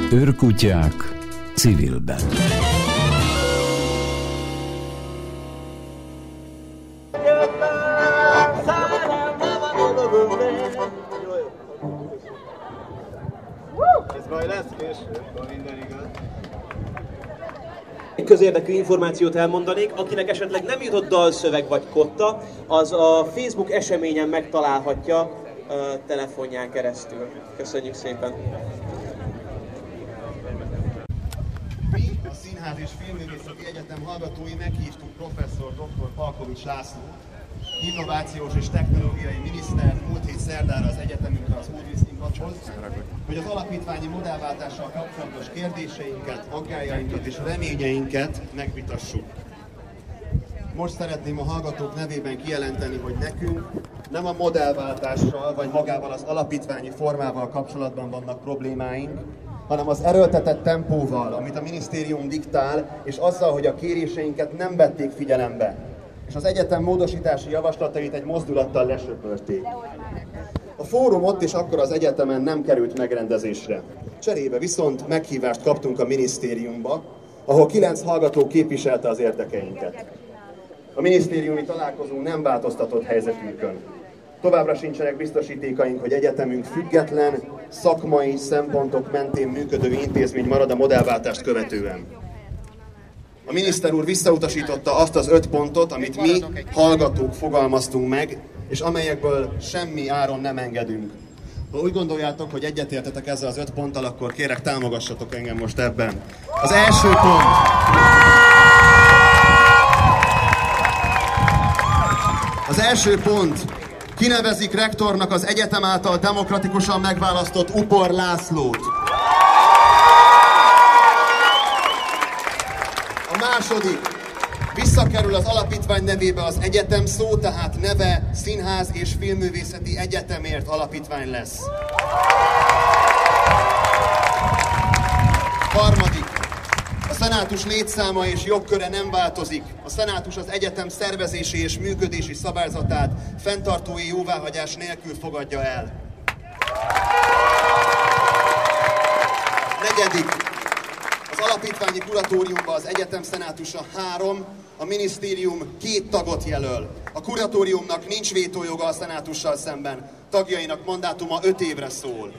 Őrkutyák civilben. Közérdekű információt elmondanék, akinek esetleg nem jutott dalszöveg vagy kotta, az a Facebook eseményen megtalálhatja telefonján keresztül. Köszönjük szépen! Mi, a Színház és Filmművészeti Egyetem hallgatói meghívtuk professzor dr. Palkovics László, innovációs és technológiai miniszter múlt hét szerdára az egyetemünkre az Ódri Színpadhoz, hogy az alapítványi modellváltással kapcsolatos kérdéseinket, aggájainkat és reményeinket megvitassuk. Most szeretném a hallgatók nevében kijelenteni, hogy nekünk nem a modellváltással vagy magával az alapítványi formával kapcsolatban vannak problémáink, hanem az erőltetett tempóval, amit a minisztérium diktál, és azzal, hogy a kéréseinket nem vették figyelembe, és az egyetem módosítási javaslatait egy mozdulattal lesöpörték. A fórum ott és akkor az egyetemen nem került megrendezésre. Cserébe viszont meghívást kaptunk a minisztériumba, ahol 9 hallgató képviselte az érdekeinket. A minisztériumi találkozó nem változtatott helyzetünkön. Továbbra sincsenek biztosítékaink, hogy egyetemünk független, szakmai szempontok mentén működő intézmény marad a modellváltást követően. A miniszter úr visszautasította azt az 5 pontot, amit mi, hallgatók fogalmaztunk meg, és amelyekből semmi áron nem engedünk. Ha úgy gondoljátok, hogy egyetértetek ezzel az 5 ponttal, akkor kérek, támogassatok engem most ebben. Az első pont. Az első pont. Kinevezik rektornak az egyetem által demokratikusan megválasztott Upor Lászlót. A második. Visszakerül az alapítvány nevébe az egyetem szó, tehát neve Színház és Filmművészeti Egyetemért alapítvány lesz. Harmadik. A szenátus létszáma és jogköre nem változik. A szenátus az egyetem szervezési és működési szabályzatát fenntartói jóváhagyás nélkül fogadja el. Negyedik. Az alapítványi kuratóriumban az egyetem szenátusa 3, a minisztérium 2 tagot jelöl. A kuratóriumnak nincs vétójoga a szenátussal szemben. Tagjainak mandátuma 5 évre szól.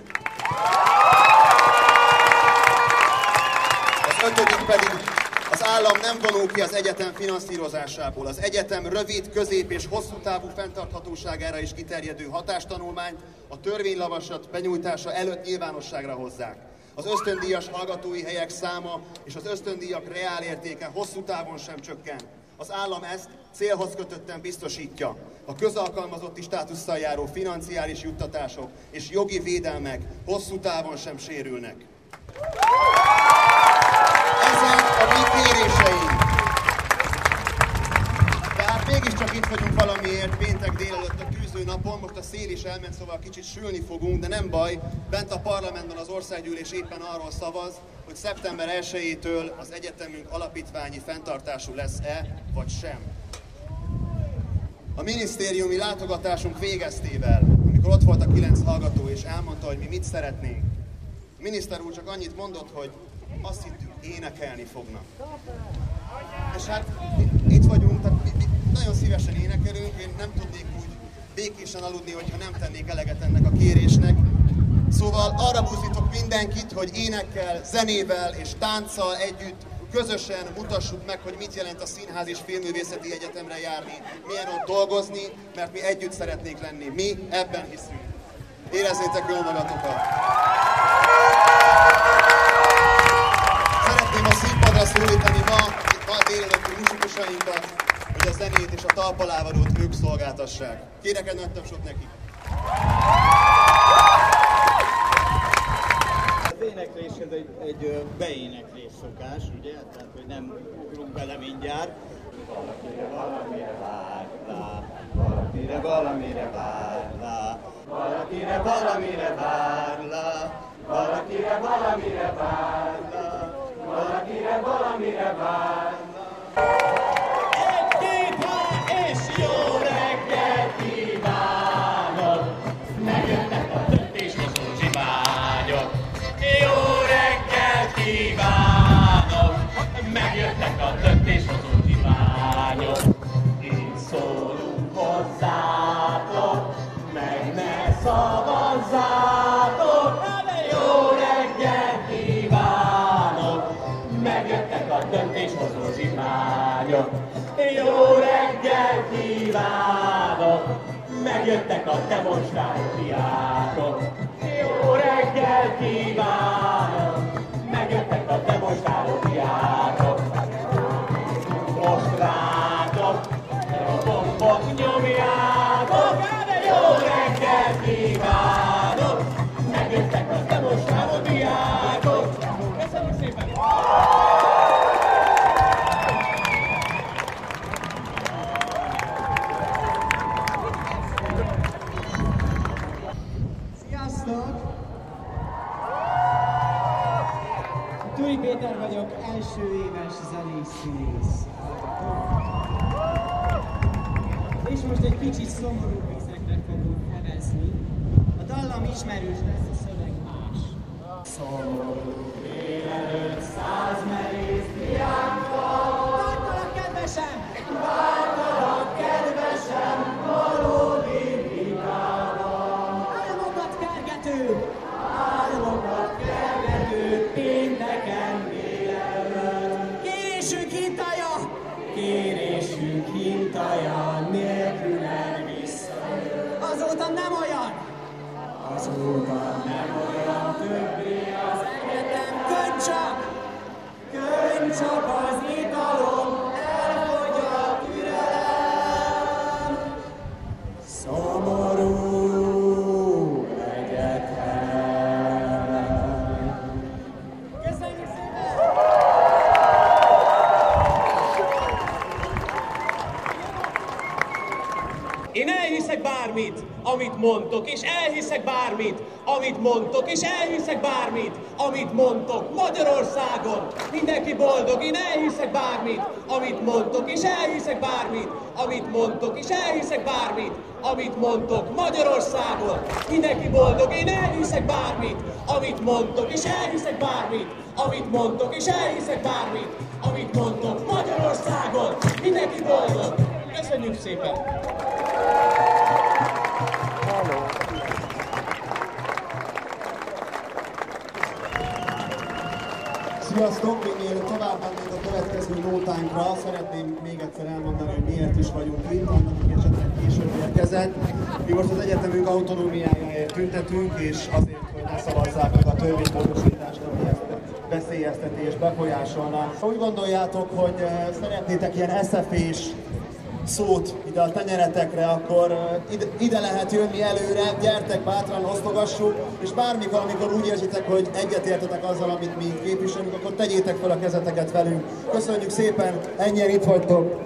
Az 5. pedig az állam nem vonul ki az egyetem finanszírozásából. Az egyetem rövid, közép és hosszú távú fenntarthatóságára is kiterjedő hatástanulmányt a törvényjavaslat benyújtása előtt nyilvánosságra hozzák. Az ösztöndíjas hallgatói helyek száma és az ösztöndíjak reálértéke hosszú távon sem csökken. Az állam ezt célhoz kötötten biztosítja. A közalkalmazotti státusszal járó financiális juttatások és jogi védelmek hosszú távon sem sérülnek. Ezek a mi kéréseink. Tehát mégiscsak itt vagyunk valamiért péntek délelőtt a tűző napon, most a szél is elment, szóval kicsit sülni fogunk, de nem baj, bent a parlamentben az országgyűlés éppen arról szavaz, hogy szeptember 1-től az egyetemünk alapítványi fenntartású lesz-e, vagy sem. A minisztériumi látogatásunk végeztével, amikor ott volt a 9 hallgató és elmondta, hogy mi mit szeretnénk, a miniszter úr csak annyit mondott, hogy azt hittük, énekelni fognak. És hát itt vagyunk, tehát mi nagyon szívesen énekelünk, én nem tudnék úgy békésen aludni, hogyha nem tennék eleget ennek a kérésnek. Szóval arra buzdítok mindenkit, hogy énekkel, zenével és tánccal együtt közösen mutassuk meg, hogy mit jelent a Színház és Filmművészeti Egyetemre járni, milyen ott dolgozni, mert mi együtt szeretnénk lenni. Mi ebben hiszünk. Érezzétek jól magatokat! Szeretném a színpadra szólítani ma délelőtti muzsikusainkat, hogy a zenét és a talpalávalót ők szolgáltassák. Kérek egy nagy tapsot nekik! Az éneklés ez egy beéneklés szokás, ugye? Tehát, hogy nem ugrunk bele mindjárt. Valakire valamire várlá, valakire valamire várlá, valakire valamire várlá, valakire valamire várlá, valakire valamire várlá. És jó reggelt kívánok! Megjönnek a döntés és Zsuzsi vágyok. Jó reggelt! szavazzátok, jó reggelt kívánok! Megjöttek a döntéshozó zsimányok. Jó reggelt kívánok! Megjöttek a demonstráló diákok. Jó reggelt kívánok! Megjöttek a demonstráló diákok. Most rátok, a gombot nyomjátok. Jó reggelt kívánok! Megjöttek a demonstráló diákok. Köszönjük szépen! Sziasztok! Túri Péter vagyok, első éves zenészszínész. És most egy kicsit szomorú vizekre fogunk nevezni. A dallam ismerős lesz, a szöveg más. Szomorú délelőtt 100 merész diákkal. Vártalak, kedvesem! Vártalak, kedvesem! Valódi vitával. Álmokat kergető! Álmokat kergető! Pénteken délelőtt. Kérésünk hintaja! Kérésünk hintaja nélkülen visszajön. Azóta nem olyan! Azóta nem olyan többé az egyetem. Könny csak az italom, elfogy a türelem. Szomorú egyetem. Köszönjük szépen! Én elhiszek bármit, amit mondtok, és elhiszek bármit, amit mondtok, és elhiszek bármit, amit mondtok. Magyarországon mindenki boldog, én elhiszek bármit, amit mondtok, és elhiszek bármit, amit mondtok, és elhiszek bármit, amit mondtok. Magyarországon mindenki boldog, én elhiszek bármit, amit mondtok, és elhiszek bármit, amit mondtok, és elhiszek bármit, amit mondtok. Magyarországon mindenki boldog. Köszönjük szépen! Sziasztok! Még mielőtt tovább mennénk a következő nótánkra, szeretném még egyszer elmondani, hogy miért is vagyunk itt, annak, aki esetleg később érkezett. Mi most az egyetemünk autonómiájáért tüntetünk, és azért, hogy ne szavazzák meg a törvénymódosítást, ami ezt veszélyezteti és befolyásolná. Ha úgy gondoljátok, hogy szeretnétek ilyen SZF-s szót ide a tenyeretekre, akkor ide lehet jönni előre, gyertek bátran, osztogassuk, és bármikor, amikor úgy érzitek, hogy egyetértetek azzal, amit mi képviselünk, akkor tegyétek fel a kezeteket velünk. Köszönjük szépen, ennyien itt vagytok!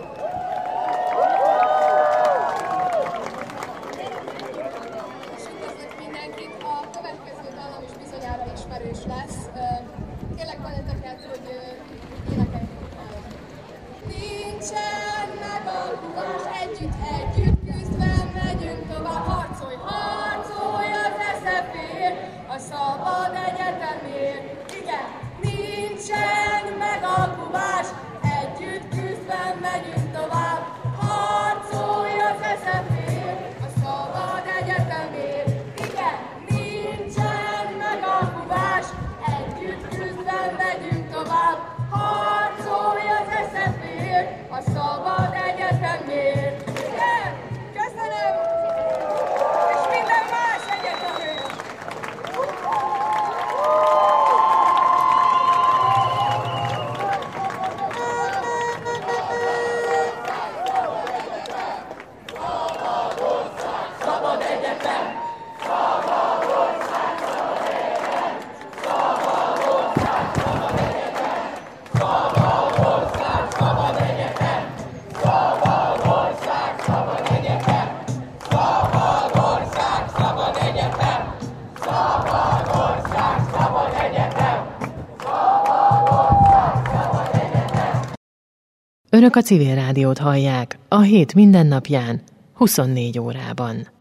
Üdvözlök mindenkit! A következő dallam is bizonyára ismerős lesz. Kérlek benneteket, hogy énekeljük el. Nincsen megalkuvás, együtt küzdve megyünk tovább. Harcolj, harcolj az SZF-ért, a szabad egyetemért. Igen, nincsen megalkuvás, együtt küzdve megyünk tovább. Harcolj az SZF-ért, a szabad egyetemért. Igen, nincsen megalkuvás, együtt küzdve megyünk tovább. Harcolj az SZF-ért, a szabad egyetemért. Igen, köszönöm! És minden más egyetemért! Szabad egyetem! Önök a Civil Rádiót hallják a hét mindennapján, 24 órában.